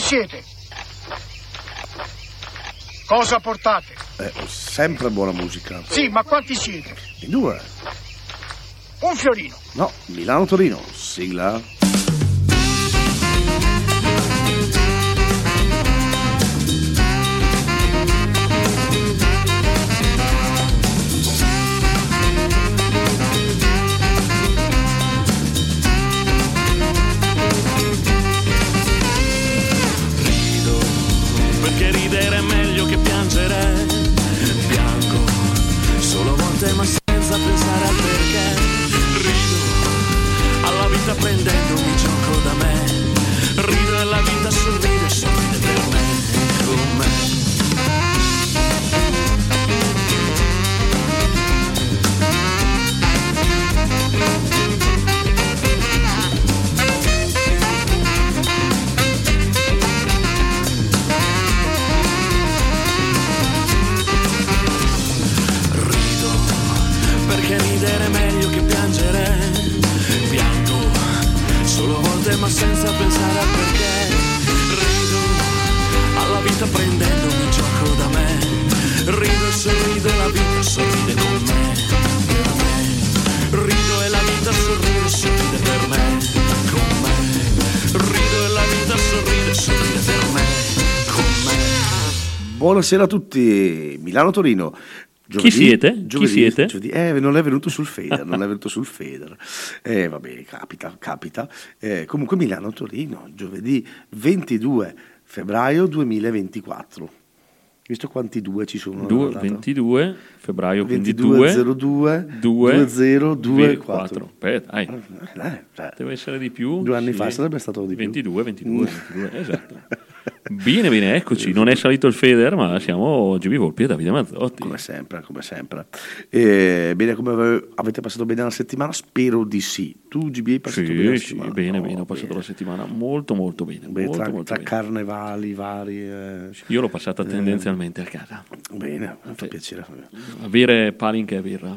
siete? Cosa portate? Sempre buona musica. Sì, ma quanti siete? In 2. Un fiorino. No, Milano-Torino. Sigla. Perché ridere è meglio che piangere. Piango solo a volte ma senza pensare al perché. Rido alla vita prendendomi gioco da me. Rido e la vita sorride, sorride per me, con me. Perché ridere è meglio che piangere. Piango solo a volte ma senza pensare al perché. Rido alla vita prendendomi gioco da me. Rido e sorrido e la vita sorride con me, per me. Rido e la vita sorride, sorride per me, con me. Rido e la vita sorride, sorride per me, con me. Buonasera a tutti. Milano-Torino. Chi siete? Chi siete? Non è venuto sul Feder, non è venuto sul Feder. Vabbè, capita. Comunque Milano-Torino, giovedì 22 febbraio 2024. Visto quanti due ci sono? 22 febbraio, quindi 2202 2024. Dai. Deve essere di più. 2 anni fa sarebbe stato di più. 22, esatto. Bene, eccoci. Non è salito il Feder, ma siamo GB Volpi e Davide Mazzotti. Come sempre. Bene, come avete passato bene la settimana? Spero di sì. Tu GB hai passato bene la settimana? Bene, ho passato la settimana molto bene. Tra carnevali vari. Io l'ho passata tendenzialmente a casa. Bene, mi fa piacere. Avere palinche e birra.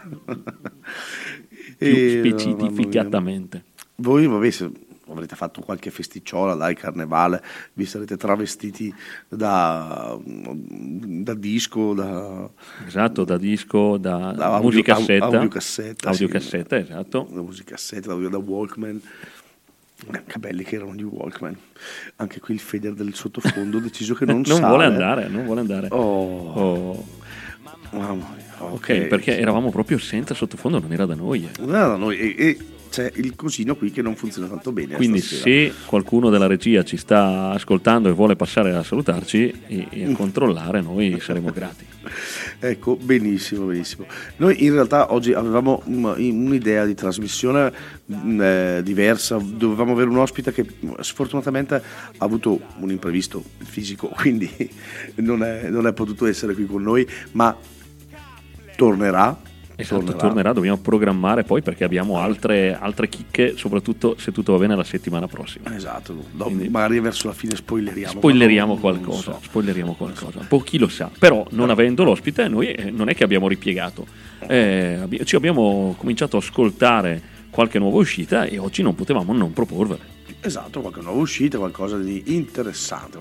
Più specificatamente. Voi, vabbè, avrete fatto qualche festicciola, dai, carnevale, vi sarete travestiti da disco, esatto, da disco, da musicassetta, audiocassetta, esatto, da musicassetta, da Walkman. Che belli che erano gli Walkman. Anche qui il Feder del sottofondo ha deciso che non vuole andare. Oh. Mamma mia. Ok, perché eravamo proprio senza sottofondo, non era da noi. Non era da noi e c'è il cosino qui che non funziona tanto bene. Quindi se qualcuno della regia ci sta ascoltando e vuole passare a salutarci e a controllare, noi saremo grati. Ecco, benissimo. Noi in realtà oggi avevamo un'idea di trasmissione diversa, dovevamo avere un ospite che sfortunatamente ha avuto un imprevisto fisico, quindi non è potuto essere qui con noi, ma tornerà. Esatto, tornerà, dobbiamo programmare poi perché abbiamo altre chicche, soprattutto se tutto va bene la settimana prossima. Esatto, magari verso la fine spoileriamo qualcosa. Poi chi lo sa, però non avendo l'ospite noi non è che abbiamo ripiegato, ci abbiamo cominciato a ascoltare qualche nuova uscita e oggi non potevamo non proporvela. Esatto, qualche nuova uscita, qualcosa di interessante.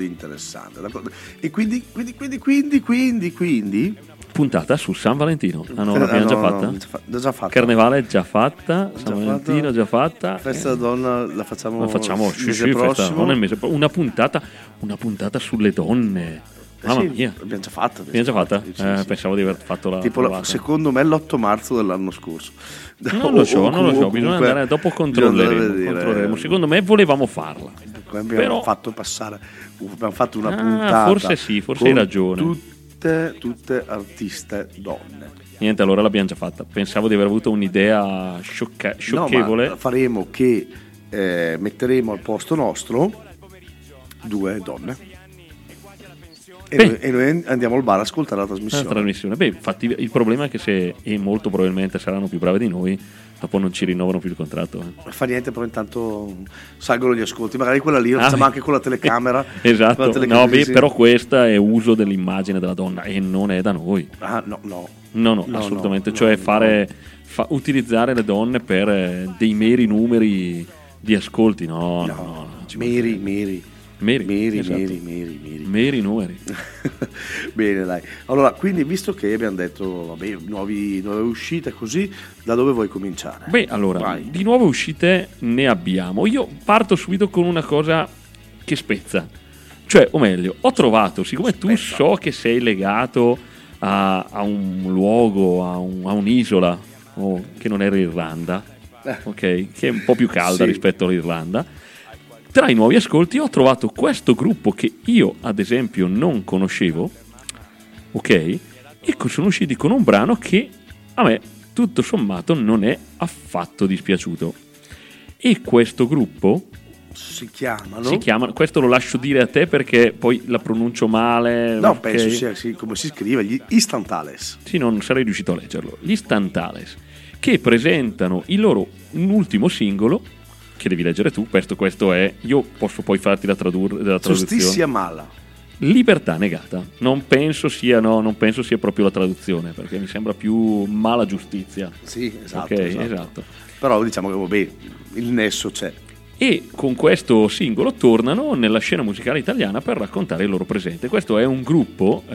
E quindi puntata su San Valentino. No, l'abbiamo già fatta? Già fatta. Carnevale già fatta, San Valentino già fatta. Festa donna la facciamo sì, festa donna il mese prossimo. Una puntata sulle donne. Mamma mia. L'abbiamo già fatta? Sì. Pensavo di aver fatto la tipo secondo me l'8 marzo dell'anno scorso. Non lo so, bisogna andare, dopo controlleremo. Secondo me volevamo farla. Abbiamo fatto una puntata. Forse hai ragione. Tutte artiste donne. Niente, allora l'abbiamo già fatta. Pensavo di aver avuto un'idea scioccevole. No, ma faremo che metteremo al posto nostro 2 donne e noi andiamo al bar a ascoltare la trasmissione. Beh, infatti il problema è che e molto probabilmente saranno più brave di noi, dopo non ci rinnovano più il contratto. Fa niente, però intanto salgono gli ascolti, magari quella lì la facciamo anche con la telecamera. Esatto, però questa è uso dell'immagine della donna e non è da noi. No, assolutamente, utilizzare le donne per dei meri numeri di ascolti, no. Meri Meri, esatto. Meri. Numeri. Bene, dai. Allora, quindi visto che abbiamo detto, vabbè, nuove uscite così, da dove vuoi cominciare? Beh, allora, Vai. di nuove uscite ne abbiamo. Io parto subito con una cosa che spezza. Cioè, o meglio, ho trovato, siccome tu so che sei legato a un luogo, a un'isola, che non è l'Irlanda, ok? Che è un po' più calda Sì. rispetto all'Irlanda. Tra i nuovi ascolti ho trovato questo gruppo che io, ad esempio, non conoscevo, ok? E sono usciti con un brano che a me, tutto sommato, non è affatto dispiaciuto. E questo gruppo Si chiamano? questo lo lascio dire a te perché poi la pronuncio male. No, ok? penso sia come si scrive, gli Instantales. Sì, non sarei riuscito a leggerlo. Gli Instantales, che presentano il loro ultimo singolo, che devi leggere tu. Questo è, io posso poi farti la traduzione. Giustizia mala. Libertà negata. Non penso sia proprio la traduzione, perché mi sembra più mala giustizia. Sì, esatto. Ok, esatto. esatto. Però diciamo che vabbè, il nesso c'è. E con questo singolo tornano nella scena musicale italiana per raccontare il loro presente. Questo è un gruppo,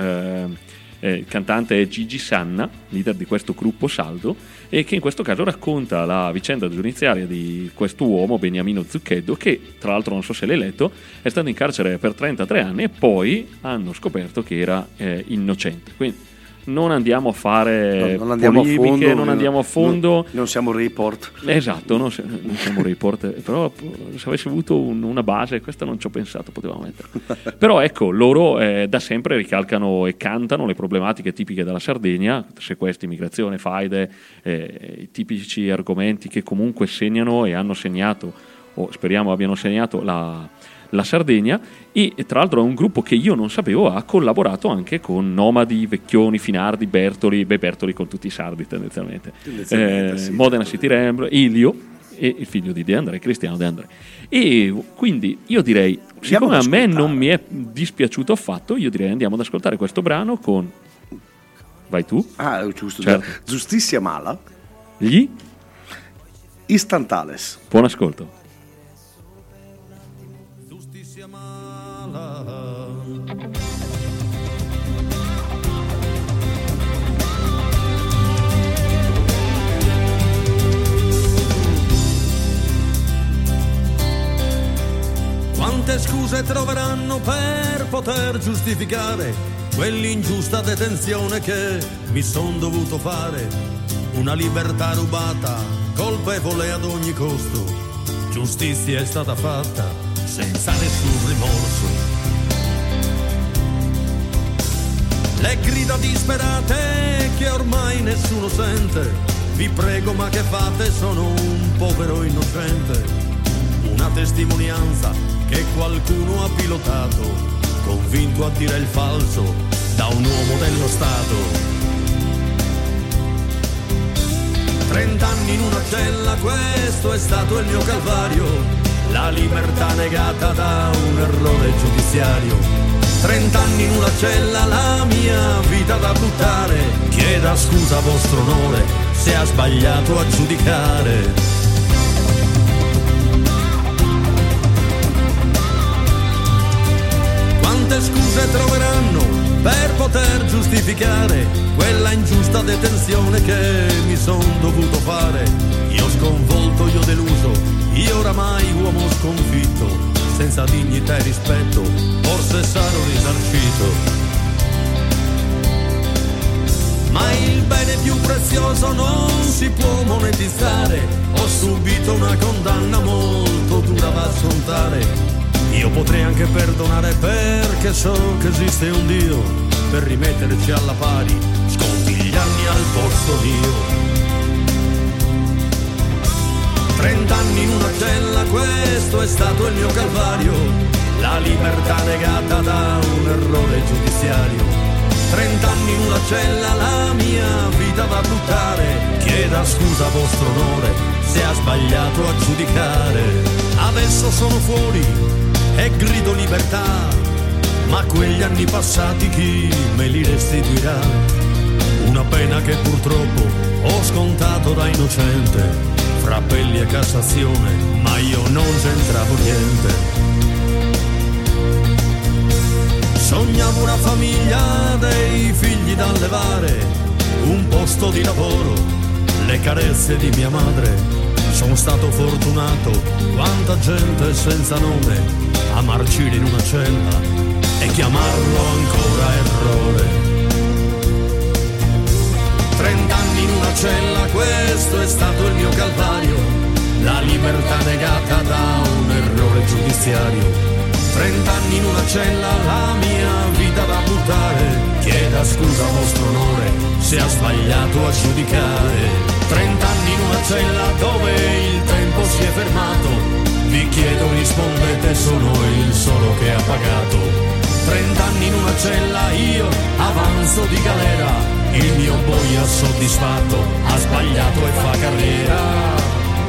il cantante è Gigi Sanna, leader di questo gruppo Saldo, e che in questo caso racconta la vicenda giudiziaria di questo uomo, Beniamino Zucchetto, che tra l'altro, non so se l'hai letto, è stato in carcere per 33 anni e poi hanno scoperto che era innocente. Quindi non andiamo a fare non andiamo polemiche, a fondo, non andiamo a fondo. Non siamo report. Esatto, non siamo report, però se avessi avuto una base, questa non ci ho pensato, potevamo mettere. Però ecco, loro da sempre ricalcano e cantano le problematiche tipiche della Sardegna, sequestri, immigrazione, faide, i tipici argomenti che comunque segnano e hanno segnato, o speriamo abbiano segnato la Sardegna. E tra l'altro è un gruppo che io non sapevo ha collaborato anche con Nomadi, Vecchioni, Finardi, Bertoli con tutti i sardi tendenzialmente, sì. Modena City Ramble, Ilio e il figlio di De André, Cristiano De André. E quindi io direi, siccome a me non mi è dispiaciuto affatto, io direi andiamo ad ascoltare questo brano con... Vai tu? Ah, giusto. Certo. Giustizia mala. Gli Instantales. buon ascolto. Quante scuse troveranno per poter giustificare quell'ingiusta detenzione che mi son dovuto fare? Una libertà rubata, colpevole ad ogni costo. Giustizia è stata fatta senza nessun rimorso. Le grida disperate che ormai nessuno sente. Vi prego, ma che fate? Sono un povero innocente. Una testimonianza che qualcuno ha pilotato, convinto a dire il falso da un uomo dello Stato. 30 anni in una cella, questo è stato il mio calvario, la libertà negata da un errore giudiziario. 30 anni in una cella, la mia vita da buttare, chieda scusa a vostro onore se ha sbagliato a giudicare. Quante scuse troveranno per poter giustificare quella ingiusta detenzione che mi son dovuto fare? Io sconvolto, io deluso, io oramai uomo sconfitto, senza dignità e rispetto, forse sarò risarcito. Ma il bene più prezioso non si può monetizzare, ho subito una condanna molto dura da affrontare. Io potrei anche perdonare perché so che esiste un Dio per rimetterci alla pari, sconti gli anni al posto mio. 30 anni in una cella, questo è stato il mio calvario, la libertà negata da un errore giudiziario. 30 anni in una cella, la mia vita da buttare, chieda scusa a vostro onore se ha sbagliato a giudicare. Adesso sono fuori e grido libertà, ma quegli anni passati chi me li restituirà? Una pena che purtroppo ho scontato da innocente, fra appelli e Cassazione, ma io non c'entravo niente. Sognavo una famiglia, dei figli da allevare, un posto di lavoro, le carezze di mia madre. Sono stato fortunato, quanta gente senza nome a marcire in una cella e chiamarlo ancora errore. 30 anni in una cella, questo è stato il mio calvario, la libertà negata da un errore giudiziario. 30 anni in una cella, la mia vita da buttare, chieda scusa a vostro onore se ha sbagliato a giudicare. 30 anni in una cella dove il tempo si è fermato, vi chiedo rispondete, sono il solo che ha pagato. 30 anni in una cella, io avanzo di galera, il mio boia soddisfatto ha sbagliato e fa carriera.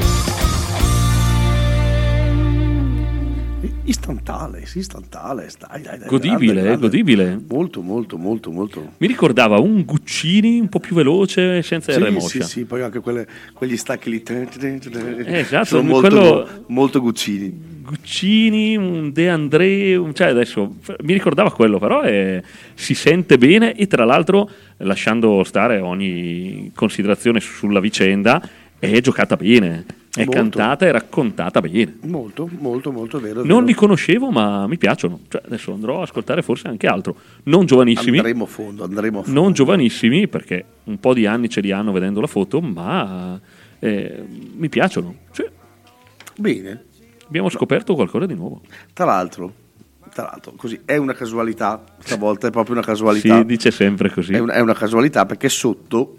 Istantale, dai. Godibile, grande. Molto. Molto. Mi ricordava un Guccini un po' più veloce, senza R moscia. Sì, poi anche quegli stacchi lì. Esatto, sono molto Guccini. Guccini, un De André, cioè adesso mi ricordava quello, però si sente bene e tra l'altro, lasciando stare ogni considerazione sulla vicenda, è giocata bene. È Molto. cantata e raccontata bene. Molto vero. Non li conoscevo, ma mi piacciono. Cioè, adesso andrò a ascoltare forse anche altro. Non giovanissimi. Andremo a fondo. Non giovanissimi, perché un po' di anni ce li hanno vedendo la foto, ma mi piacciono. Cioè, Bene. abbiamo scoperto qualcosa di nuovo. Tra l'altro, così è una casualità. Stavolta è proprio una casualità. Si dice sempre così. È una casualità perché sotto.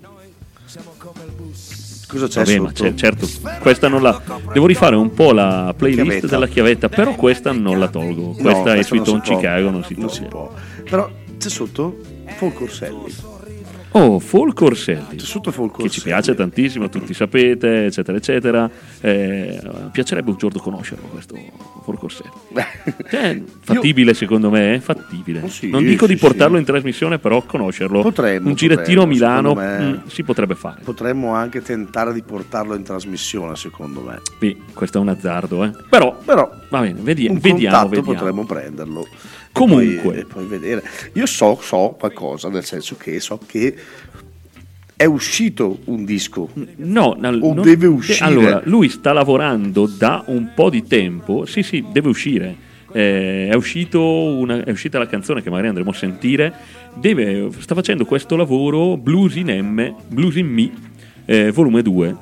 Cosa c'è Vabbè, sotto? ma certo, questa non la devo rifare un po' la playlist Chiavetta. della chiavetta, però questa non la tolgo. Questa è sui Ton Chicago, non si toglie. può. Però c'è sotto Folk Orselli. Oh, Folk Orselli, C'è sotto Folk che Orselli. ci piace tantissimo, tutti sapete, eccetera, eccetera. Piacerebbe un giorno conoscerlo, questo Folk Orselli. Fattibile, secondo me, fattibile. Sì, Non dico di sì, portarlo sì. in trasmissione, però conoscerlo. Potremmo, un girettino a Milano secondo me. si potrebbe fare. Potremmo anche tentare di portarlo in trasmissione, secondo me. Sì, questo è un azzardo, Però va bene, un vediamo. potremmo prenderlo. Comunque. E poi vedere. Io so qualcosa, nel senso che so che è uscito un disco. No, deve uscire. Allora, lui sta lavorando da un po' di tempo. Sì, deve uscire. È uscita la canzone che magari andremo a sentire. Sta facendo questo lavoro Blues in Me, volume 2.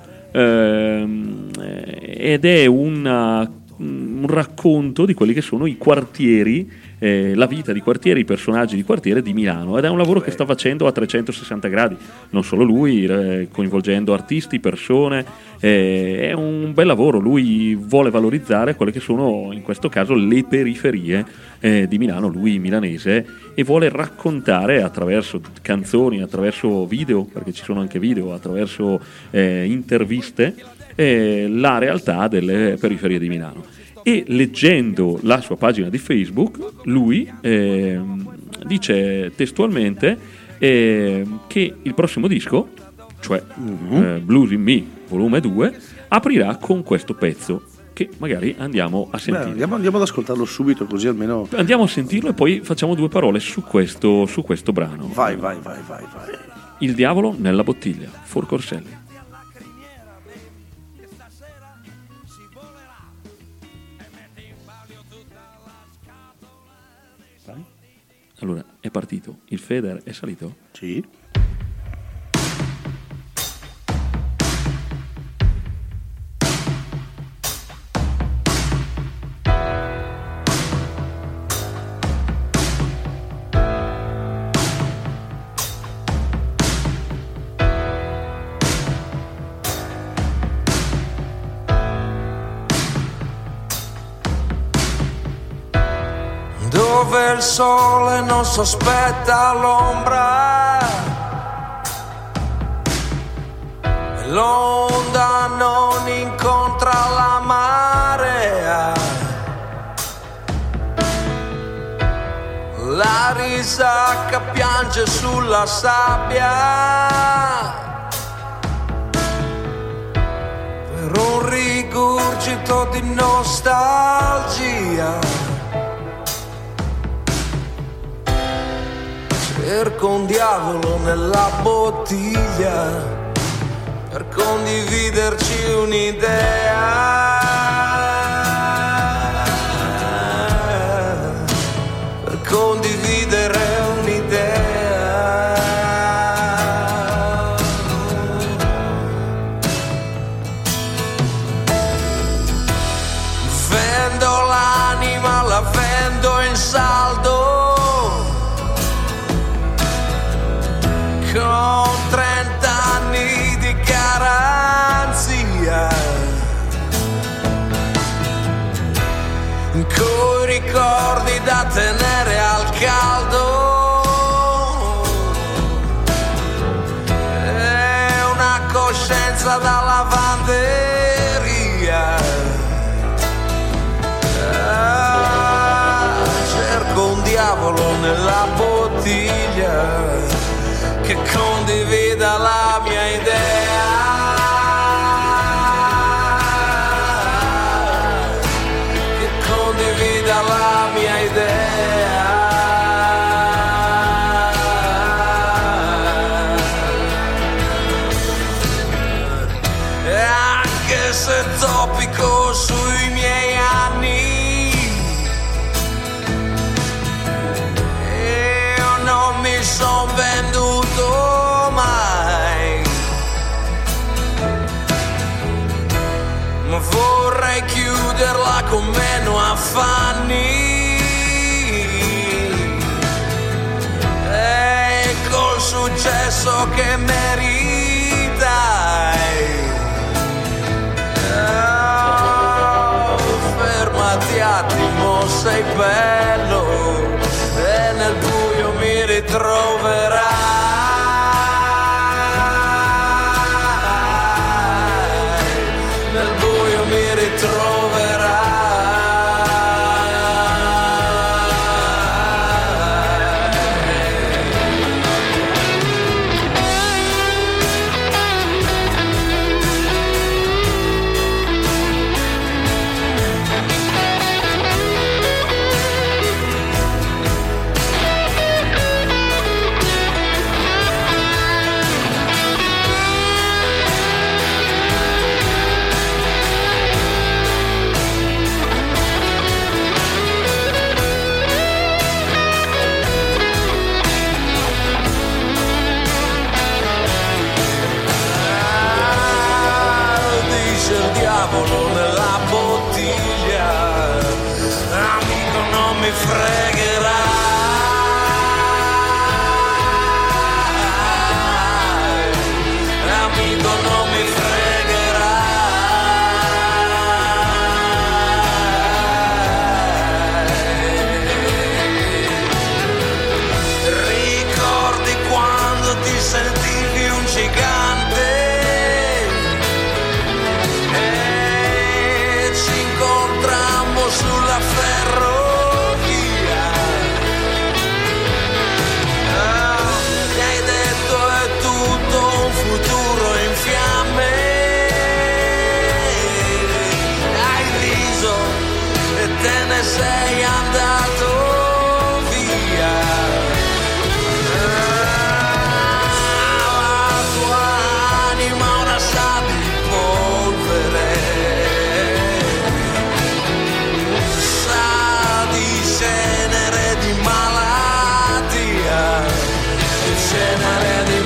Ed è un racconto di quelli che sono i quartieri, la vita di quartiere, i personaggi di quartiere di Milano, ed è un lavoro che sta facendo a 360 gradi, non solo lui, coinvolgendo artisti, persone, è un bel lavoro. Lui vuole valorizzare quelle che sono in questo caso le periferie di Milano, lui milanese, e vuole raccontare attraverso canzoni, attraverso video, perché ci sono anche video, attraverso interviste, la realtà delle periferie di Milano. E leggendo la sua pagina di Facebook, lui dice testualmente che il prossimo disco, cioè Blues in Me volume 2, aprirà con questo pezzo che magari andiamo a sentire. Andiamo ad ascoltarlo subito, così almeno. Andiamo a sentirlo e poi facciamo due parole su questo brano. Vai. Il diavolo nella bottiglia, Folk Orselli. Allora, è partito. Il Feder è salito? Sì. Dove il sole non sospetta l'ombra e l'onda non incontra la marea, la risacca piange sulla sabbia per un rigurgito di nostalgia. cerco un diavolo nella bottiglia per condividerci un'idea, per condividere un'idea. Vendo l'anima, la vendo in saldo, con 30 anni di garanzia, coi ricordi da tenere al caldo, e una coscienza da lavanderia. Cerco un diavolo nella bottiglia che condivida la mia idea, che condivida la mia idea. E anche se topico sui miei anni, io non mi son venduto mai, ma vorrei chiuderla con meno affanni e col successo che meritai. Oh, fermati attimo, sei bello e nel buio mi ritroverai. Nel buio mi ritroverai. Nella bottiglia, amico non mi fregherai, amico non mi fregherai. Ricordi quando ti sentivi un gigante? Sulla ferrovia, ti hai detto è tutto un futuro in fiamme, hai riso e te ne sei andato via. La tua anima ora sa di polvere, cenere di malattia, cenere di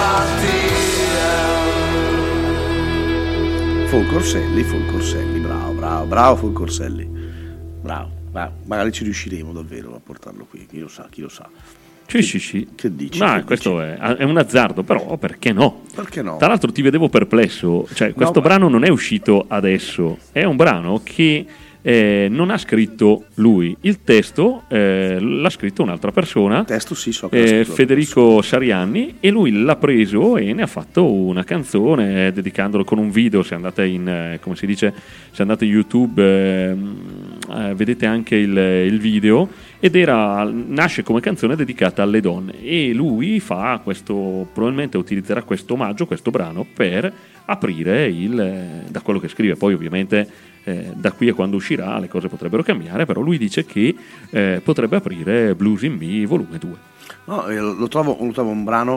malattia. Folcorselli, bravo Folcorselli, bravo, magari ci riusciremo davvero a portarlo qui, chi lo sa. Sì. Che dici? Ma questo è un azzardo, però perché no? Perché no? Tra l'altro ti vedevo perplesso, cioè questo brano non è uscito adesso, è un brano che non ha scritto lui, il testo l'ha scritto un'altra persona, il testo sì, so che Federico Sarianni, e lui l'ha preso e ne ha fatto una canzone dedicandolo con un video. Se andate in come si dice, se andate in YouTube vedete anche il video, ed nasce come canzone dedicata alle donne, e lui fa questo, probabilmente utilizzerà questo omaggio, questo brano, per aprire da quello che scrive. Poi ovviamente da qui a quando uscirà le cose potrebbero cambiare, però lui dice che potrebbe aprire Blues in Me volume 2. No, lo trovo un brano.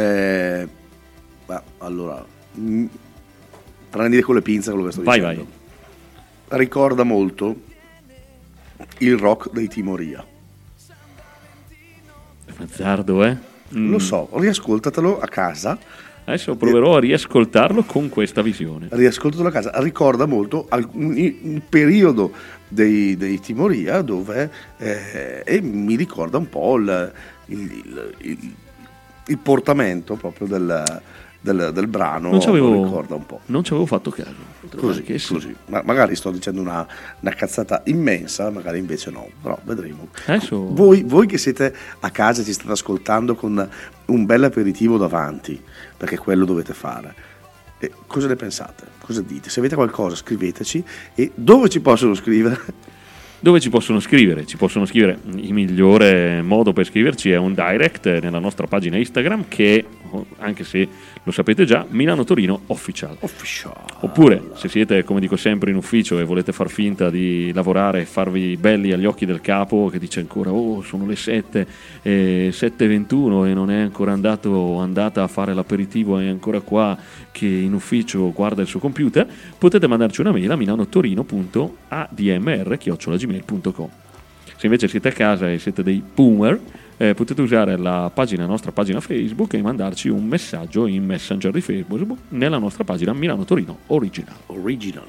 Allora, prendi con le pinze quello che sto dicendo. Vai. Ricorda molto il rock dei Timoria. Azzardo, Lo so, riascoltatelo a casa. Adesso proverò a riascoltarlo con questa visione. Riascoltatelo a casa. Ricorda molto un periodo dei Timoria dove e mi ricorda un po' il portamento proprio del brano. Non ci avevo, lo ricorda un po'. Non ci avevo fatto caso. Così. Magari sto dicendo una cazzata immensa, magari invece no, però vedremo. Adesso... Voi che siete a casa e ci state ascoltando con un bel aperitivo davanti, perché quello dovete fare. Cosa ne pensate? Cosa dite? Se avete qualcosa scriveteci. E dove ci possono scrivere? Dove ci possono scrivere? Ci possono scrivere, il migliore modo per scriverci è un direct nella nostra pagina Instagram che, anche se lo sapete già, Milano Torino Official. Oppure, se siete, come dico sempre, in ufficio e volete far finta di lavorare e farvi belli agli occhi del capo che dice ancora sono le 7:21 e non è ancora andata a fare l'aperitivo, è ancora qua che in ufficio guarda il suo computer, potete mandarci una mail a milanotorino.admr@gmail.com. Se invece siete a casa e siete dei boomer, potete usare la nostra pagina Facebook e mandarci un messaggio in Messenger di Facebook nella nostra pagina Milano Torino Original.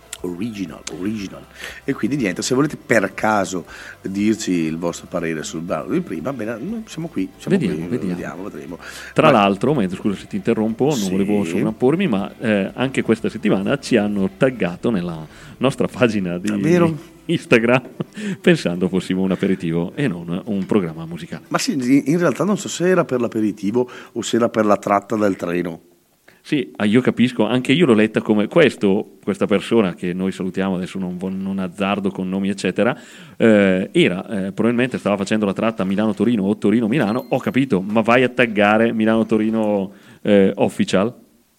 E quindi niente, se volete per caso dirci il vostro parere sul brano di prima, bene, siamo qui. Vedremo. Tra l'altro, scusa se ti interrompo, non volevo sovrappormi, ma anche questa settimana ci hanno taggato nella nostra pagina di Instagram pensando fossimo un aperitivo e non un programma musicale. Ma sì, in realtà non so se era per l'aperitivo o se era per la tratta del treno. Sì, io capisco, anche io l'ho letta come questa persona che noi salutiamo, adesso non azzardo con nomi eccetera, probabilmente stava facendo la tratta Milano-Torino o Torino-Milano, ho capito, ma vai a taggare Milano-Torino Official?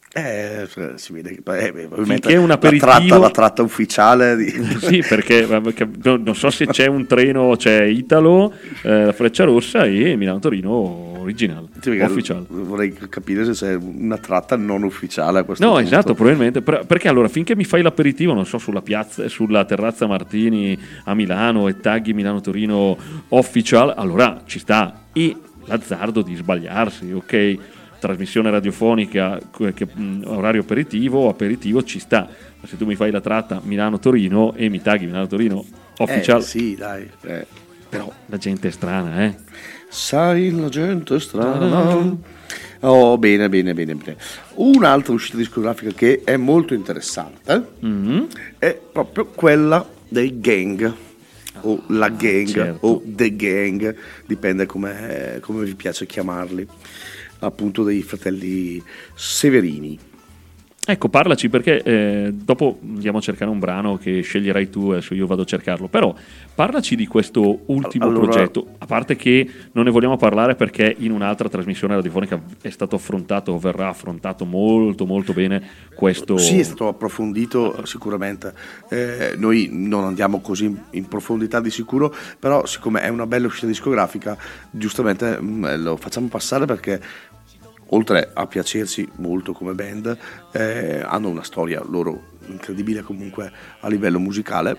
Si vede che un aperitivo la tratta ufficiale sì, perché non so se c'è un treno, c'è Italo, la Frecciarossa e Milano-Torino Original Official. Vorrei capire se c'è una tratta non ufficiale a questo punto. Esatto, probabilmente, perché allora finché mi fai l'aperitivo, non so, sulla terrazza Martini a Milano e tagghi Milano-Torino Official, allora ci sta, e l'azzardo di sbagliarsi, ok, trasmissione radiofonica, orario aperitivo ci sta, ma se tu mi fai la tratta Milano-Torino e mi tagli Milano-Torino Official, sì, dai, però la gente è strana, sai, la gente è strana. Bene. Un'altra uscita discografica che è molto interessante è proprio quella dei Gang, o la Gang, certo, o The Gang, dipende come vi piace chiamarli, appunto dei fratelli Severini. Ecco, parlaci, perché dopo andiamo a cercare un brano che sceglierai tu, adesso io vado a cercarlo, però parlaci di questo ultimo progetto, a parte che non ne vogliamo parlare perché in un'altra trasmissione radiofonica è stato affrontato, verrà affrontato molto molto bene questo. Sì, è stato approfondito sicuramente, noi non andiamo così in profondità di sicuro, però siccome è una bella uscita discografica, giustamente lo facciamo passare perché oltre a piacersi molto come band, hanno una storia loro incredibile comunque a livello musicale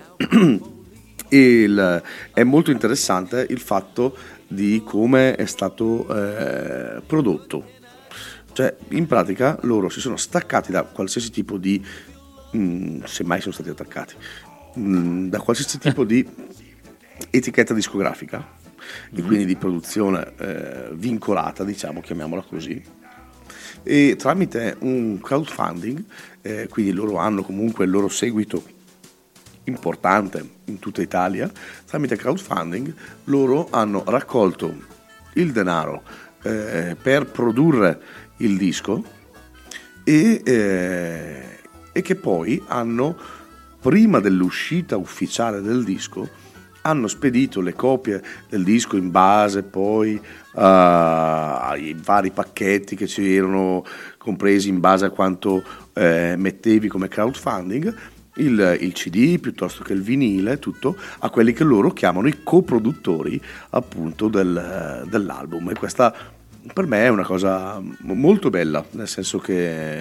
e è molto interessante il fatto di come è stato prodotto, cioè in pratica loro si sono staccati da qualsiasi tipo di semmai sono stati attaccati da qualsiasi tipo di etichetta discografica e quindi di produzione vincolata, diciamo, chiamiamola così, e tramite un crowdfunding, quindi loro hanno comunque il loro seguito importante in tutta Italia, tramite crowdfunding loro hanno raccolto il denaro per produrre il disco e che poi hanno, prima dell'uscita ufficiale del disco, hanno spedito le copie del disco in base poi ai vari pacchetti che ci erano compresi in base a quanto mettevi come crowdfunding, il CD piuttosto che il vinile, tutto a quelli che loro chiamano i coproduttori appunto dell'album, e questa per me è una cosa molto bella, nel senso che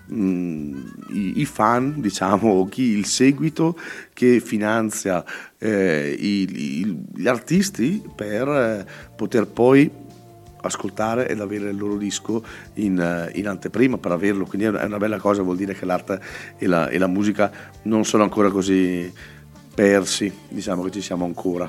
i fan, diciamo, il seguito che finanzia gli artisti per poter poi ascoltare ed avere il loro disco in anteprima per averlo, quindi è una bella cosa, vuol dire che l'arte e la musica non sono ancora così persi, diciamo che ci siamo ancora.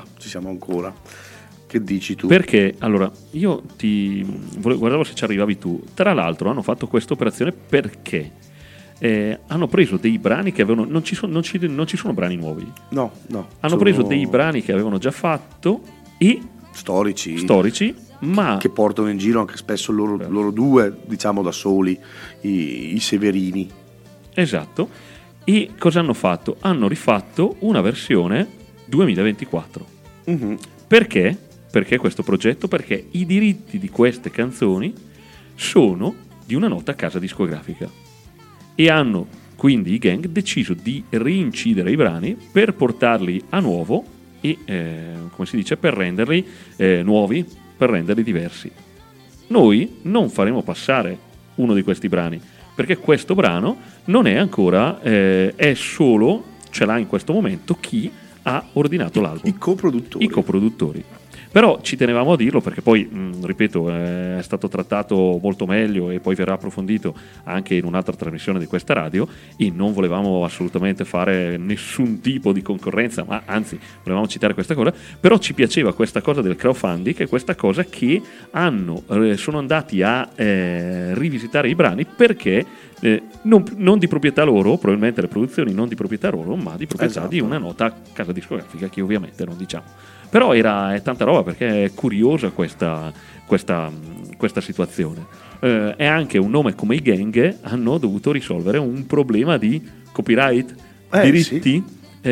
Che dici tu? Perché allora io guardavo se ci arrivavi tu. Tra l'altro hanno fatto questa operazione perché hanno preso dei brani che avevano, non ci sono brani nuovi, no, hanno preso dei brani che avevano già fatto e storici, ma che portano in giro anche spesso loro due, diciamo, da soli, i Severini. Esatto. E cosa hanno fatto? Hanno rifatto una versione 2024. Mm-hmm. Perché? Perché questo progetto? Perché i diritti di queste canzoni sono di una nota casa discografica e hanno quindi i Gang deciso di rincidere i brani per portarli a nuovo e, come si dice, per renderli nuovi, per renderli diversi. Noi non faremo passare uno di questi brani perché questo brano non è ancora, è solo, ce l'ha in questo momento chi ha ordinato l'album. I coproduttori. Però ci tenevamo a dirlo perché poi, ripeto, è stato trattato molto meglio e poi verrà approfondito anche in un'altra trasmissione di questa radio e non volevamo assolutamente fare nessun tipo di concorrenza, ma anzi volevamo citare questa cosa, però ci piaceva questa cosa del crowdfunding, che è questa cosa che sono andati a rivisitare i brani perché non di proprietà loro, probabilmente le produzioni non di proprietà loro, ma di proprietà esatto. di una nota casa discografica che ovviamente non diciamo. Però è tanta roba perché è curiosa questa situazione. È anche un nome come i Gang hanno dovuto risolvere un problema di copyright, diritti, sì.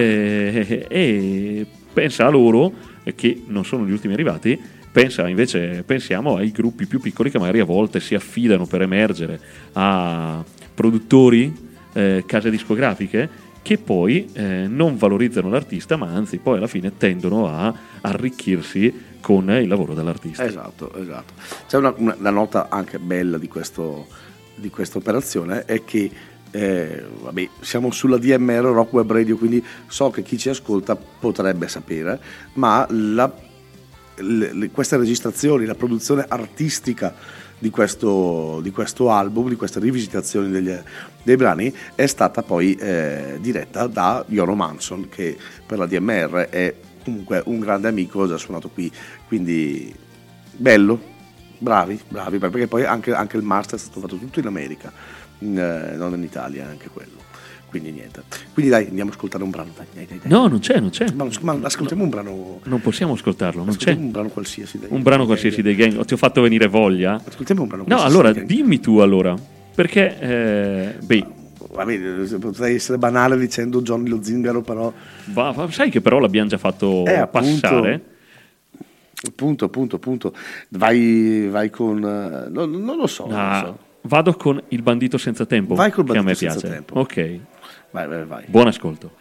E pensa a loro che non sono gli ultimi arrivati. Pensiamo ai gruppi più piccoli che magari a volte si affidano per emergere a produttori, case discografiche che poi non valorizzano l'artista, ma anzi poi alla fine tendono a arricchirsi con il lavoro dell'artista. Esatto. C'è una nota anche bella di questa operazione, è che siamo sulla DMR Rock Web Radio, quindi so che chi ci ascolta potrebbe sapere, ma queste registrazioni, la produzione artistica di questo album, di queste rivisitazioni dei brani, è stata poi diretta da Jono Manson, che per la DMR è comunque un grande amico, ha già suonato qui, quindi bello, bravi, perché poi anche il master è stato fatto tutto in America, non in Italia, anche quello. Quindi niente. Quindi dai, andiamo a ascoltare un brano. Dai. No, non c'è. Ma ascoltiamo un brano. Non possiamo ascoltarlo, non c'è. Un brano qualsiasi. Un brano qualsiasi dei Gang. Ti ho fatto venire voglia. Ascoltiamo un brano No, qualsiasi. allora dimmi tu allora. Perché vabbè, potrei essere banale dicendo Johnny lo Zingaro, però. Sai che però l'abbiamo già fatto passare. Appunto. Vai con. Non lo so. Vado con Il bandito senza tempo. Vai col che a me bandito senza piace. tempo. Ok. Vai. Buon ascolto.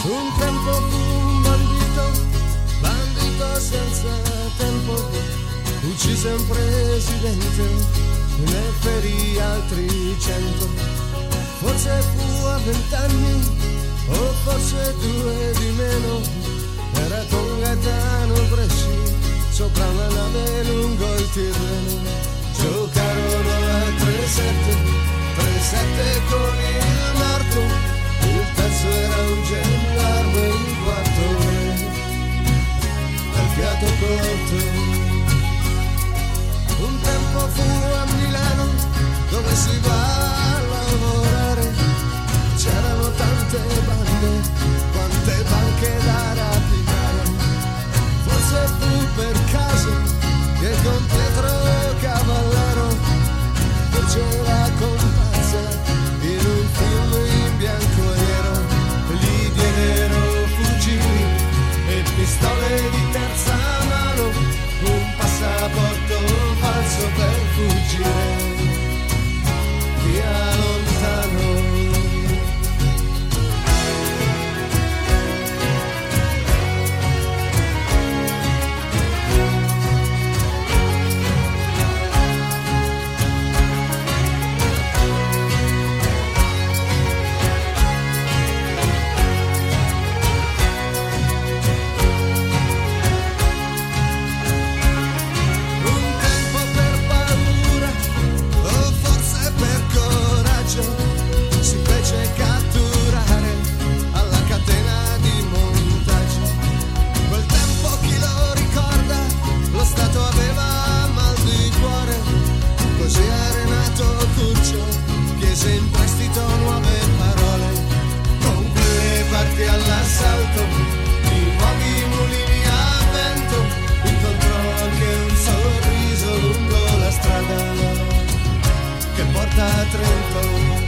Un tempo fu un bandito senza tempo, uccise un presidente, ne ferì altri 100. Forse fu a 20 anni, o forse 2 di meno, era con Gaetano Bresci, sopra una nave lungo il Tirreno. Giocarono a 3-7 con il Marco, il terzo era un gendarme, il quarto al fiato corto. Un tempo fu a Milano, dove si va a lavorare, c'erano tante bande, quante banche da rapinare. Forse fu per caso che con Pietro Cavallero fece la comparsa in un film in bianco e nero. Gli diedero fucili e pistole di terza mano, un passaporto falso per fuggire via lontano. In prestito nuove parole, con quelle parti all'assalto di nuovi mulini a vento, incontrò anche un sorriso lungo la strada che porta a Trento.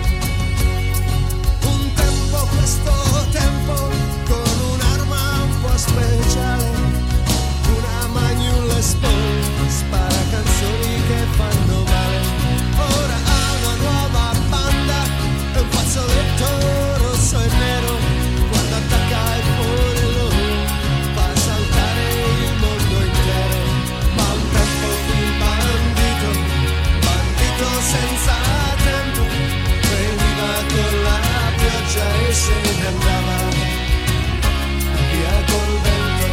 Un tempo, questo tempo, con un'arma un po' speciale, una Magnum Les Paul, spara canzoni che fanno male. Ora ha una nuova un fazzoletto rosso e nero, quando attacca il forello fa saltare il mondo intero. Ma un tempo fu bandito senza tempo, veniva con la pioggia e se ne andava via col vento.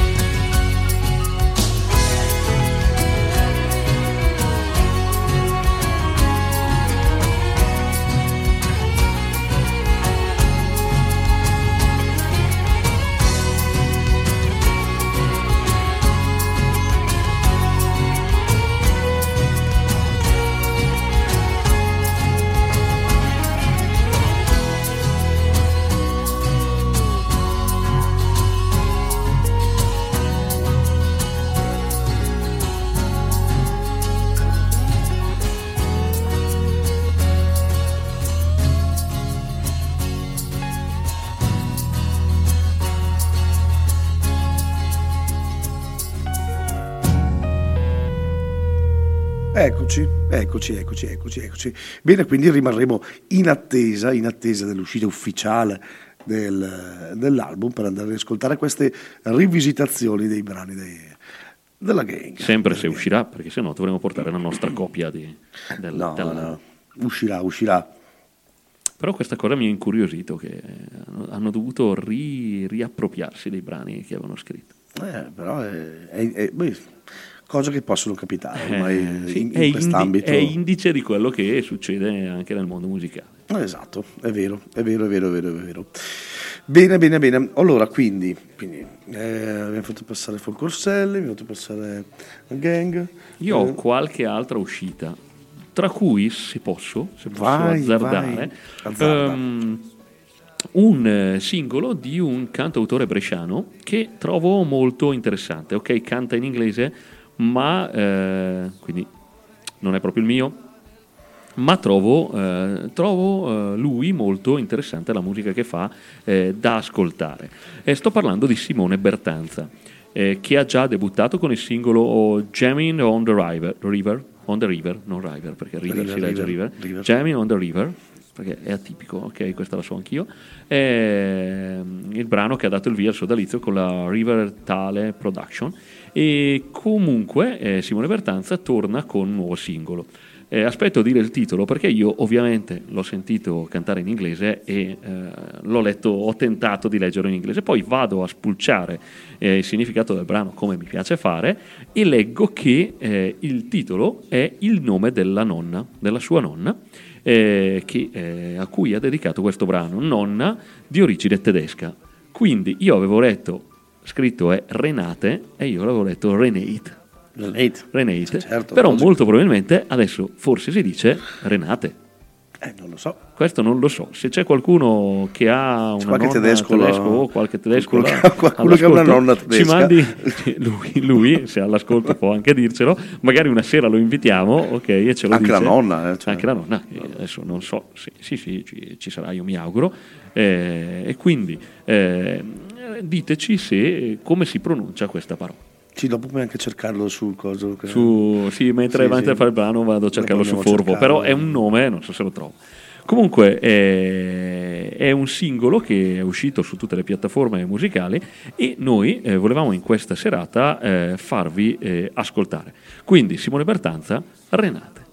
Eccoci. Bene, quindi rimarremo in attesa dell'uscita ufficiale dell'album per andare ad ascoltare queste rivisitazioni dei brani della gang. Sempre se uscirà, perché sennò dovremo portare la nostra copia No, uscirà. Però questa cosa mi ha incuriosito, che hanno dovuto riappropriarsi dei brani che avevano scritto. Però cose che possono capitare ormai sì, in quest'ambito. È indice di quello che succede anche nel mondo musicale. Esatto, è vero. Bene. Allora, quindi abbiamo fatto passare Folk Orselli, abbiamo fatto passare la gang. Io ho qualche altra uscita, tra cui, se posso azzardare, un singolo di un cantautore bresciano che trovo molto interessante. Ok, canta in inglese, ma quindi non è proprio il mio, ma trovo lui molto interessante, la musica che fa, da ascoltare. Sto parlando di Simone Bertanza, che ha già debuttato con il singolo Jamming on the River, non River, perché River si legge River. Jamming on the River, perché è atipico, ok, questa la so anch'io, è il brano che ha dato il via al sodalizio con la River Tale Production, e comunque Simone Bertanza torna con un nuovo singolo. Aspetto a dire il titolo perché io ovviamente l'ho sentito cantare in inglese e l'ho letto, ho tentato di leggerlo in inglese, poi vado a spulciare il significato del brano come mi piace fare e leggo che il titolo è il nome della nonna, della sua nonna, a cui ha dedicato questo brano, nonna di origine tedesca. Quindi io avevo letto, scritto è Renate e io l'avevo letto Renate, certo, però logico. molto probabilmente adesso forse si dice Renate. Non lo so. Questo non lo so. Se c'è qualcuno che ha una qualche nonna tedesco o qualche tedesco qualcuno che ha una nonna tedesca, ci mandi lui se all'ascolto può anche dircelo, magari una sera lo invitiamo, ok, e ce lo anche dice. la nonna, Anche la nonna, adesso non so, sì, ci sarà, io mi auguro, e quindi diteci come si pronuncia questa parola. Sì, dopo puoi anche cercarlo sul coso. Mentre fare il brano vado a cercarlo su Forvo, però è un nome, non so se lo trovo. Comunque è un singolo che è uscito su tutte le piattaforme musicali e noi volevamo in questa serata farvi ascoltare. Quindi Simone Bertanza, Renate.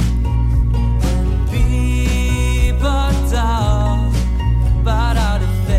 Out of faith.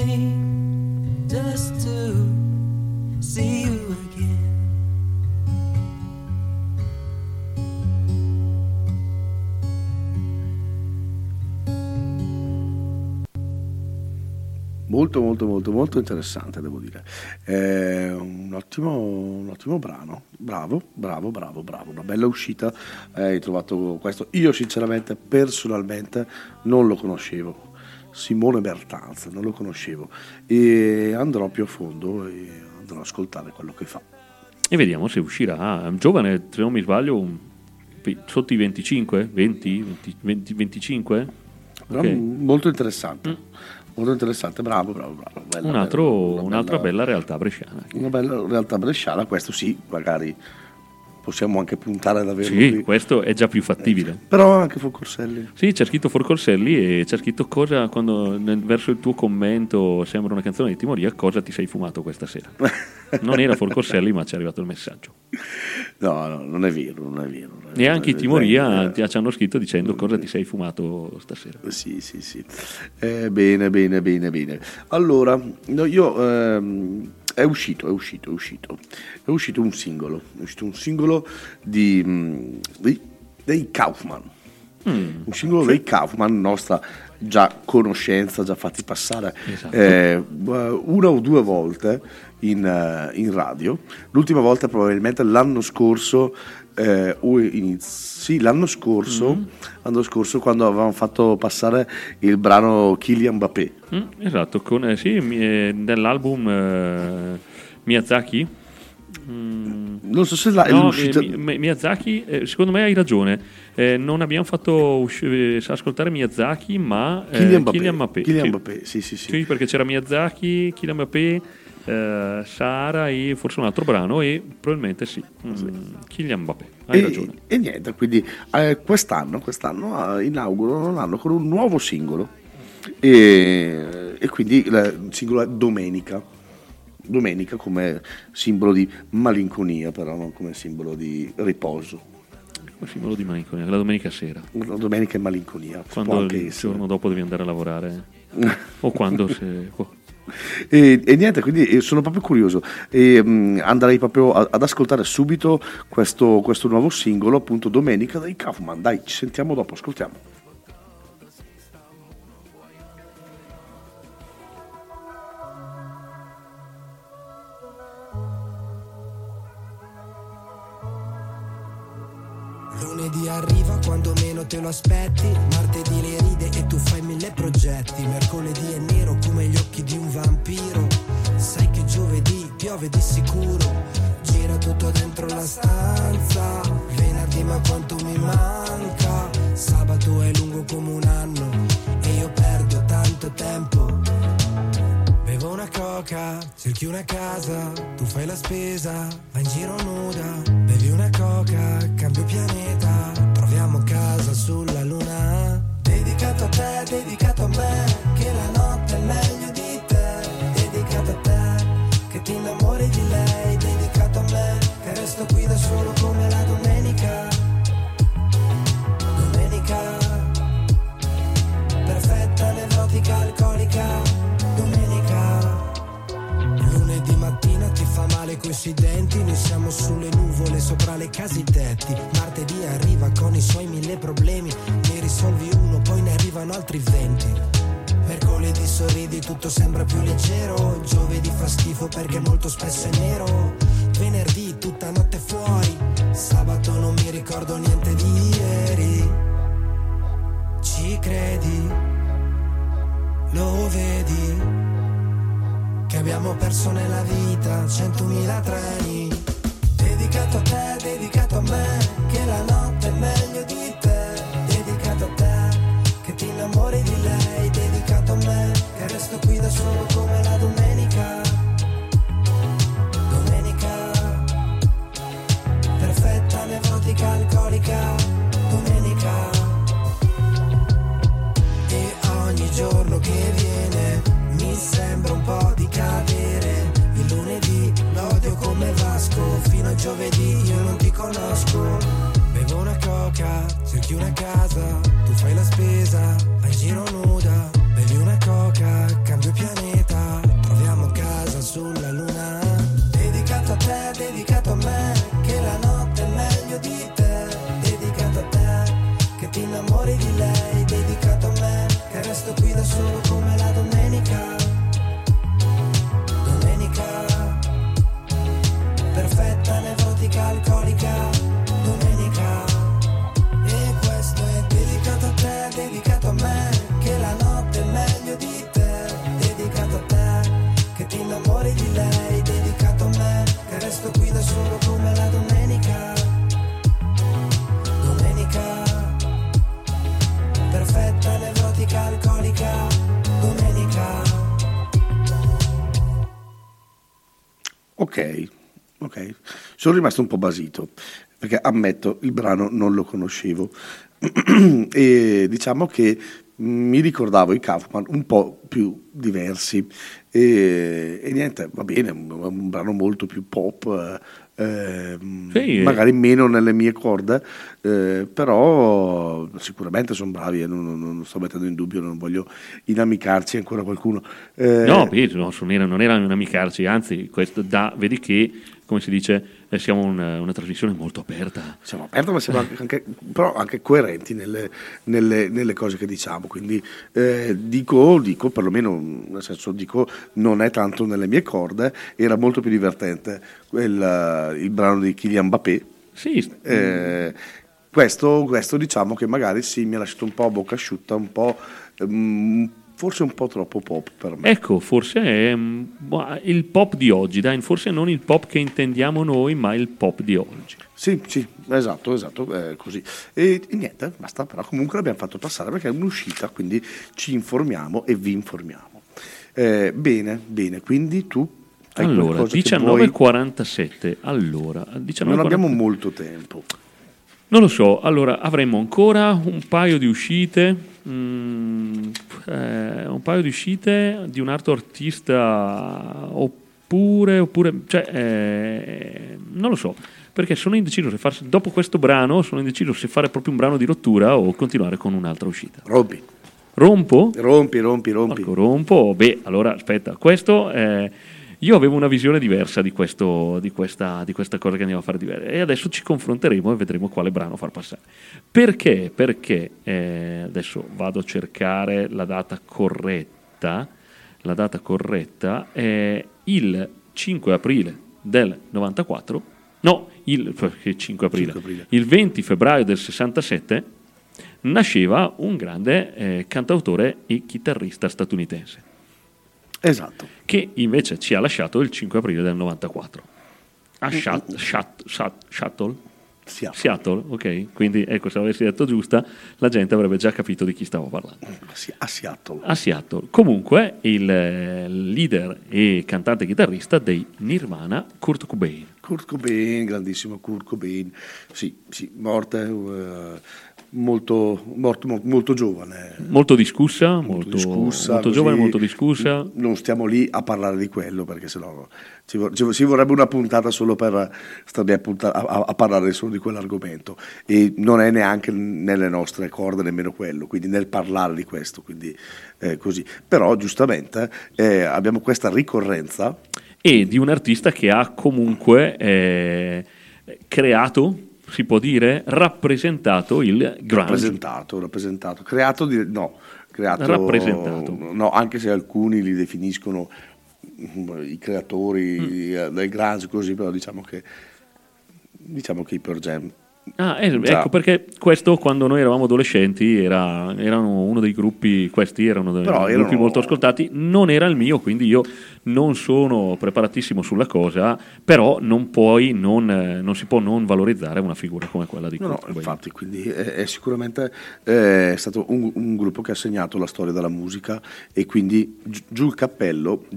me just to see you again. Molto molto molto molto interessante, devo dire. Un ottimo brano. Bravo, una bella uscita. Hai trovato questo. Io sinceramente, personalmente, non lo conoscevo. Simone Bertanza, non lo conoscevo, e andrò più a fondo e andrò ad ascoltare quello che fa. E vediamo se uscirà. È un giovane, se non mi sbaglio, sotto i 25, 25. Okay. Molto interessante. Molto interessante, bravo. Un'altra bella realtà bresciana. Una bella realtà bresciana, questo sì, magari possiamo anche puntare ad averlo sì, qui. Questo è già più fattibile. Però anche Forcorselli. Sì, c'è scritto Forcorselli e c'è scritto cosa, quando verso il tuo commento sembra una canzone di Timoria, cosa ti sei fumato questa sera. Non era Forcorselli, ma ci è arrivato il messaggio. No, non è vero. Neanche i Timoria ci hanno scritto dicendo cosa ti sei fumato stasera. Sì. Bene. Allora, no, io è uscito un singolo dei Kaufman. Un singolo dei Kaufman, nostra già conoscenza, già fatti passare una o due volte in radio. L'ultima volta probabilmente l'anno scorso l'anno scorso quando avevamo fatto passare il brano Kylian Mbappé. Esatto, nell'album Miyazaki. Non so se Miyazaki, secondo me hai ragione, non abbiamo fatto ascoltare Miyazaki, ma Kylian Mbappé. Sì, perché c'era Miyazaki, Kylian Mbappé, Sara e forse un altro brano, e probabilmente Kylian Mbappé, hai ragione. E niente, quindi quest'anno inaugurano l'anno con un nuovo singolo, e quindi il singolo è Domenica come simbolo di malinconia, però non come simbolo di riposo. Come simbolo di malinconia, la domenica sera. La domenica è malinconia. Quando il giorno dopo devi andare a lavorare o quando E niente, quindi sono proprio curioso e andrei proprio ad ascoltare subito questo nuovo singolo, appunto Domenica dei Kaufman. Dai, ci sentiamo dopo, ascoltiamo. Lunedì arriva quando meno te lo aspetti, martedì le ride e tu fai 1000 progetti, mercoledì è nero come gli occhi di un vampiro, sai che giovedì piove di sicuro, gira tutto dentro la stanza, venerdì ma quanto mi manca, sabato è lungo come un anno e io perdo tanto tempo. Bevo una coca, cerchi una casa, tu fai la spesa, vai in giro nuda, bevi una coca, cambio pianeta, troviamo casa sulla luna. Dedicato a te, dedicato a me, che la notte è meglio di te. Dedicato a te, che ti innamori di lei. Dedicato a me, che resto qui da solo come la domenica. Domenica, perfetta, nevrotica, alcolica. Lunedì mattina ti fa male coi suoi denti, noi siamo sulle nuvole sopra le case, i tetti. Martedì arriva con i suoi 1000 problemi, ne risolvi uno, poi ne arrivano altri 20. Mercoledì sorridi, tutto sembra più leggero, giovedì fa schifo perché molto spesso è nero, venerdì tutta notte fuori, sabato non mi ricordo niente di ieri. Ci credi? Lo vedi? Che abbiamo perso nella vita 100.000 treni. Dedicato a te, dedicato a me, che la notte è meglio di te. Dedicato a te, che ti innamori di lei. Dedicato a me, che resto qui da solo come la domenica. Domenica, perfetta, nevrotica, alcolica. Domenica, e ogni giorno che viene mi sembra un po' di cadere. Il lunedì l'odio come Vasco, fino a giovedì io non ti conosco. Bevo una coca, cerchi una casa, tu fai la spesa, vai in giro nuda. Bevi una coca, cambio pianeta, solo come la domenica. Domenica, perfetta, nevrotica, alcolica. Domenica, e questo è dedicato a te, dedicato a me, che la notte è meglio di te. Dedicato a te, che ti innamori di lei. Dedicato a me, che resto qui da solo come la domenica. Domenica, perfetta, nevrotica, alcolica. Domenica. Ok, sono rimasto un po' basito perché ammetto il brano non lo conoscevo e diciamo che mi ricordavo i Kaufman un po' più diversi e niente, va bene, un brano molto più pop, Sì. magari meno nelle mie corde, però sicuramente sono bravi e non sto mettendo in dubbio, non voglio inamicarci ancora qualcuno. No, non era un'amicarci, anzi, questo vedi che, come si dice, siamo una trasmissione molto aperta. Siamo aperti, ma siamo però anche coerenti nelle cose che diciamo, quindi dico perlomeno, nel senso dico, non è tanto nelle mie corde, era molto più divertente il brano di Kylian Mbappé. Sì. Questo diciamo che magari sì, mi ha lasciato un po' a bocca asciutta, un po' forse un po' troppo pop per me. Ecco, forse è il pop di oggi, dai, forse non il pop che intendiamo noi, ma il pop di oggi. Sì, esatto, così. E niente, basta, però comunque l'abbiamo fatto passare perché è un'uscita, quindi ci informiamo e vi informiamo. Bene, quindi tu hai allora, qualcosa che 19:47, allora, non abbiamo molto tempo. Non lo so, allora avremo ancora un paio di uscite, un paio di uscite di un altro artista oppure cioè, non lo so, perché sono indeciso se dopo questo brano sono indeciso se fare proprio un brano di rottura o continuare con un'altra uscita. Rompo? Rompi. Ecco, rompo. Beh, allora aspetta, questo io avevo una visione diversa di questa cosa che andiamo a fare diversa e adesso ci confronteremo e vedremo quale brano far passare. Perché? Perché adesso vado a cercare la data corretta. La data corretta è il 5 aprile del 94. No, il 5 aprile. Il 20 febbraio del 67 nasceva un grande cantautore e chitarrista statunitense. Esatto. Che invece ci ha lasciato il 5 aprile del 94. A Seattle, ok? Quindi ecco, se avessi detto giusta, la gente avrebbe già capito di chi stavo parlando. A Seattle. A Seattle. Comunque, il leader e cantante chitarrista dei Nirvana, Kurt Cobain. Grandissimo Kurt Cobain. Sì, morte molto giovane. Molto discussa, molto giovane, molto discussa. Non stiamo lì a parlare di quello perché sennò ci vorrebbe una puntata solo per stare a parlare solo di quell'argomento e non è neanche nelle nostre corde nemmeno quello, quindi nel parlare di questo, quindi così. Però giustamente abbiamo questa ricorrenza e di un artista che ha comunque creato, si può dire, rappresentato il grunge. Rappresentato, rappresentato. No, anche se alcuni li definiscono i creatori del grunge così, però diciamo che i Pearl Jam. Ecco perché questo quando noi eravamo adolescenti erano uno dei gruppi, questi erano dei gruppi molto ascoltati, non era il mio, quindi io non sono preparatissimo sulla cosa, però non si può non valorizzare una figura come quella di Kurt Cobain. Infatti, quindi è sicuramente stato un gruppo che ha segnato la storia della musica e quindi giù il cappello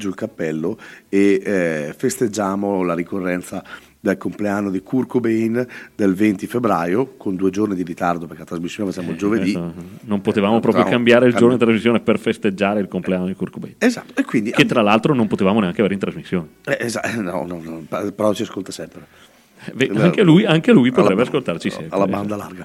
e festeggiamo la ricorrenza del compleanno di Kurt Cobain del 20 febbraio con 2 giorni di ritardo perché la trasmissione facciamo il giovedì. Non potevamo proprio cambiare il giorno di trasmissione per festeggiare il compleanno di Kurt Cobain. Esatto, e quindi che tra l'altro non potevamo neanche avere in trasmissione. No, però ci ascolta sempre. Anche lui potrebbe ascoltarci sempre. Alla banda larga.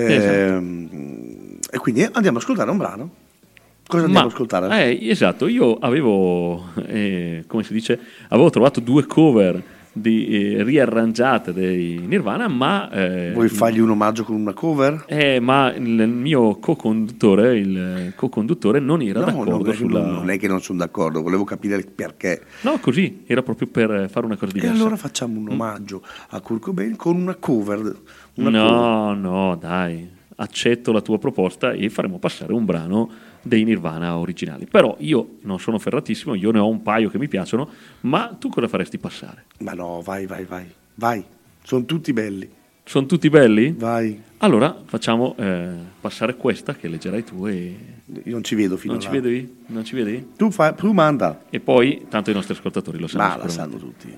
E quindi andiamo a ascoltare un brano. Cosa andiamo ad ascoltare? Esatto, io avevo, come si dice, avevo trovato 2 cover riarrangiate dei Nirvana, ma vuoi fargli un omaggio con una cover? Ma il mio co-conduttore non era d'accordo sulla... Non è che non sono d'accordo, volevo capire perché. No, così, era proprio per fare una cosa diversa. E allora facciamo un omaggio a Kurt Cobain con una cover. No, dai, accetto la tua proposta e faremo passare un brano dei Nirvana originali. Però io non sono ferratissimo, io ne ho un paio che mi piacciono, ma tu cosa faresti passare? Ma no, vai, sono tutti belli. Sono tutti belli? Vai. Allora facciamo passare questa che leggerai tu e... Io non ci vedo fino a là. Non ci vedi? Tu manda. E poi, tanto i nostri ascoltatori lo sanno. Ma la sanno tutti.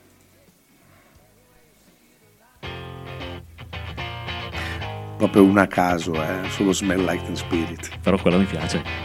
Proprio un a caso, solo Smell Like Teen Spirit. Però quella mi piace.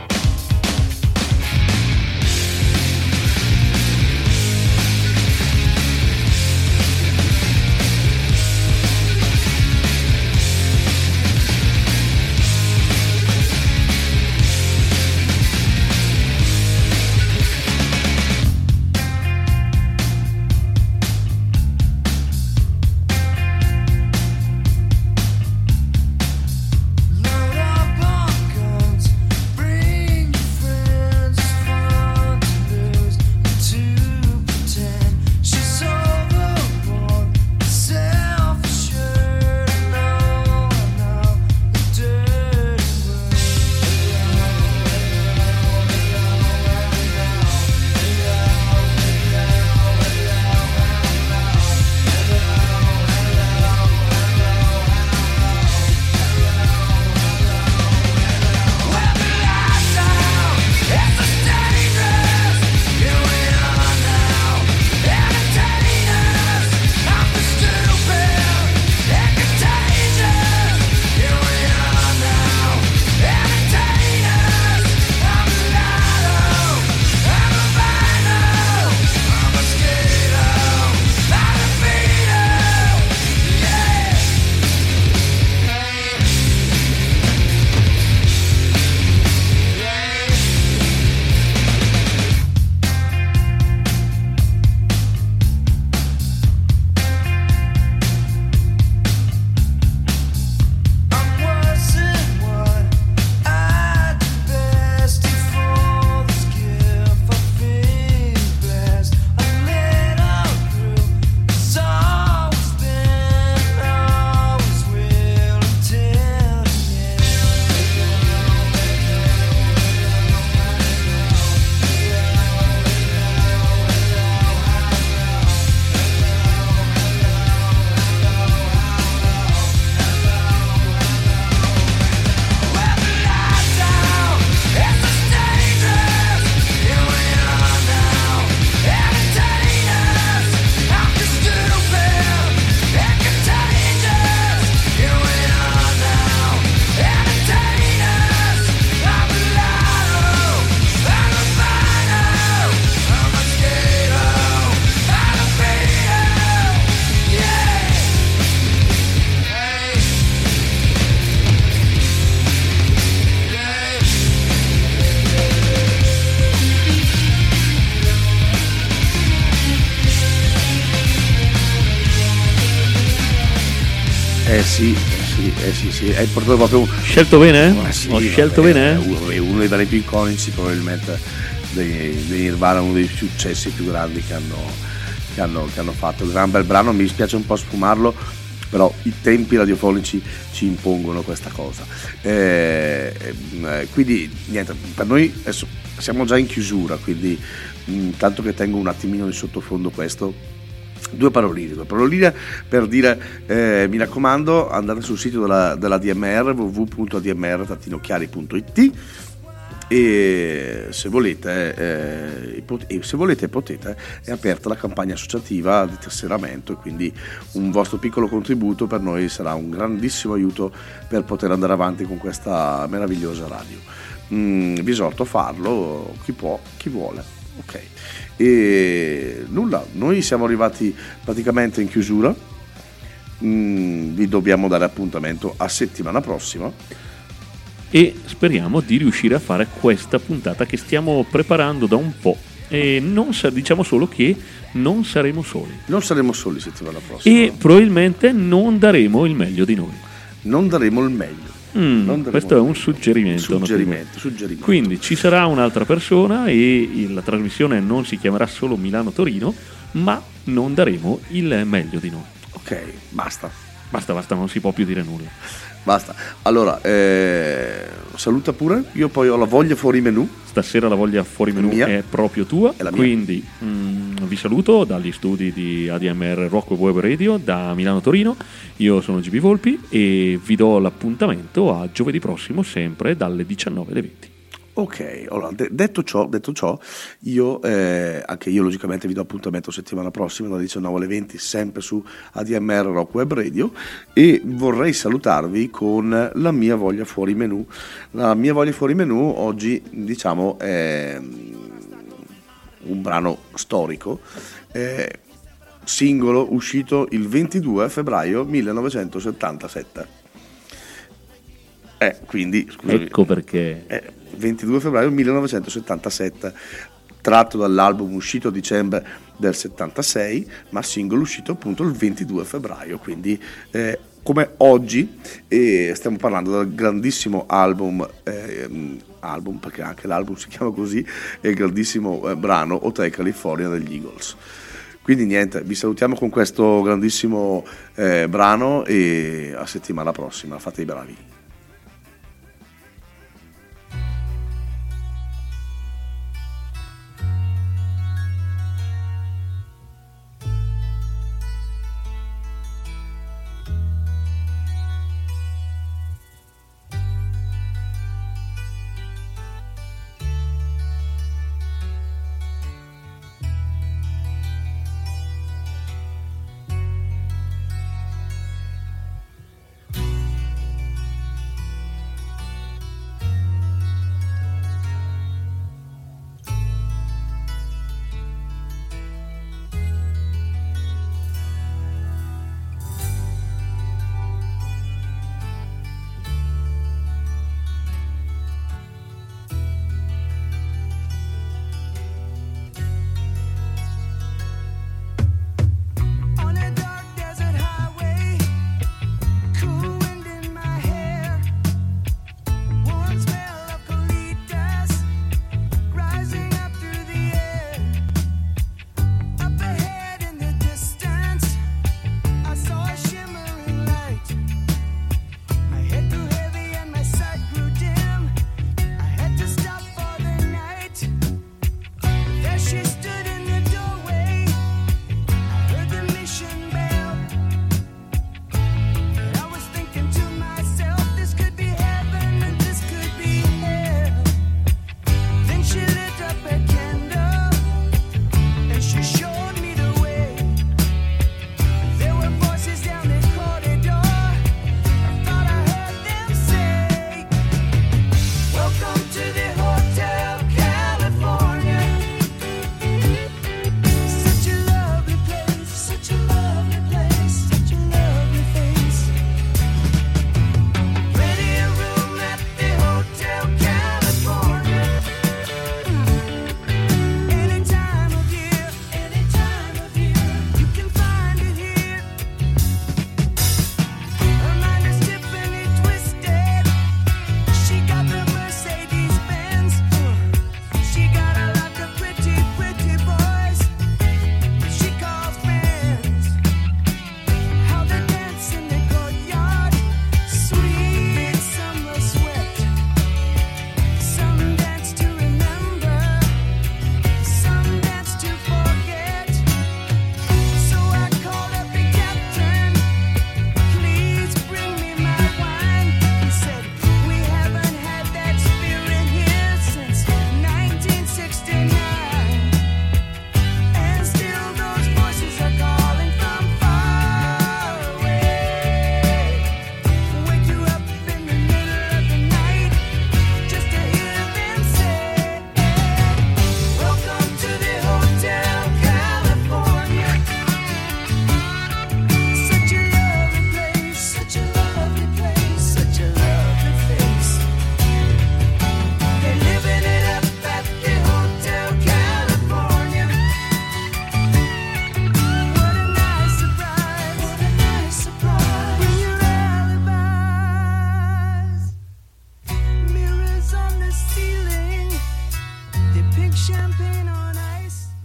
Sì, hai portato proprio scelto bene? Ho scelto bene? È uno dei brani più iconici probabilmente dei Nirvana, uno dei successi più grandi che hanno fatto. Un gran bel brano, mi dispiace un po' sfumarlo, però i tempi radiofonici ci impongono questa cosa. Quindi niente, per noi adesso siamo già in chiusura, quindi tanto che tengo un attimino di sottofondo questo. Due paroline per dire mi raccomando, andate sul sito della DMR www.admr-chiari.it e se volete potete, è aperta la campagna associativa di tesseramento e quindi un vostro piccolo contributo per noi sarà un grandissimo aiuto per poter andare avanti con questa meravigliosa radio. Vi esorto a farlo, chi può, chi vuole. Ok. E nulla, noi siamo arrivati praticamente in chiusura, vi dobbiamo dare appuntamento a settimana prossima e speriamo di riuscire a fare questa puntata che stiamo preparando da un po'. e diciamo solo che non saremo soli. Non saremo soli settimana prossima. E probabilmente non daremo il meglio di noi. Non daremo il meglio. Questo è un suggerimento. Suggerimento. Quindi ci sarà un'altra persona e la trasmissione non si chiamerà solo Milano-Torino, ma non daremo il meglio di noi. Ok, basta, non si può più dire nulla. Basta. Allora, saluta pure. Io poi ho la voglia fuori menù. Stasera la voglia fuori menù è proprio tua. È la mia. Quindi vi saluto dagli studi di ADMR Rock Web Radio da Milano-Torino. Io sono GB Volpi e vi do l'appuntamento a giovedì prossimo, sempre dalle 19 alle 20. Ok, allora, detto ciò, io anche io logicamente vi do appuntamento settimana prossima dalle 19 alle 20 sempre su ADMR Rock Web Radio e vorrei salutarvi con la mia voglia fuori menù. La mia voglia fuori menù oggi diciamo è un brano storico, singolo uscito il 22 febbraio 1977. Quindi scusami, ecco perché 22 febbraio 1977, tratto dall'album uscito a dicembre del 76, ma singolo uscito appunto il 22 febbraio, quindi come oggi, stiamo parlando del grandissimo album perché anche l'album si chiama così, e il grandissimo brano Hotel California degli Eagles. Quindi niente, vi salutiamo con questo grandissimo brano e a settimana prossima, fate i bravi.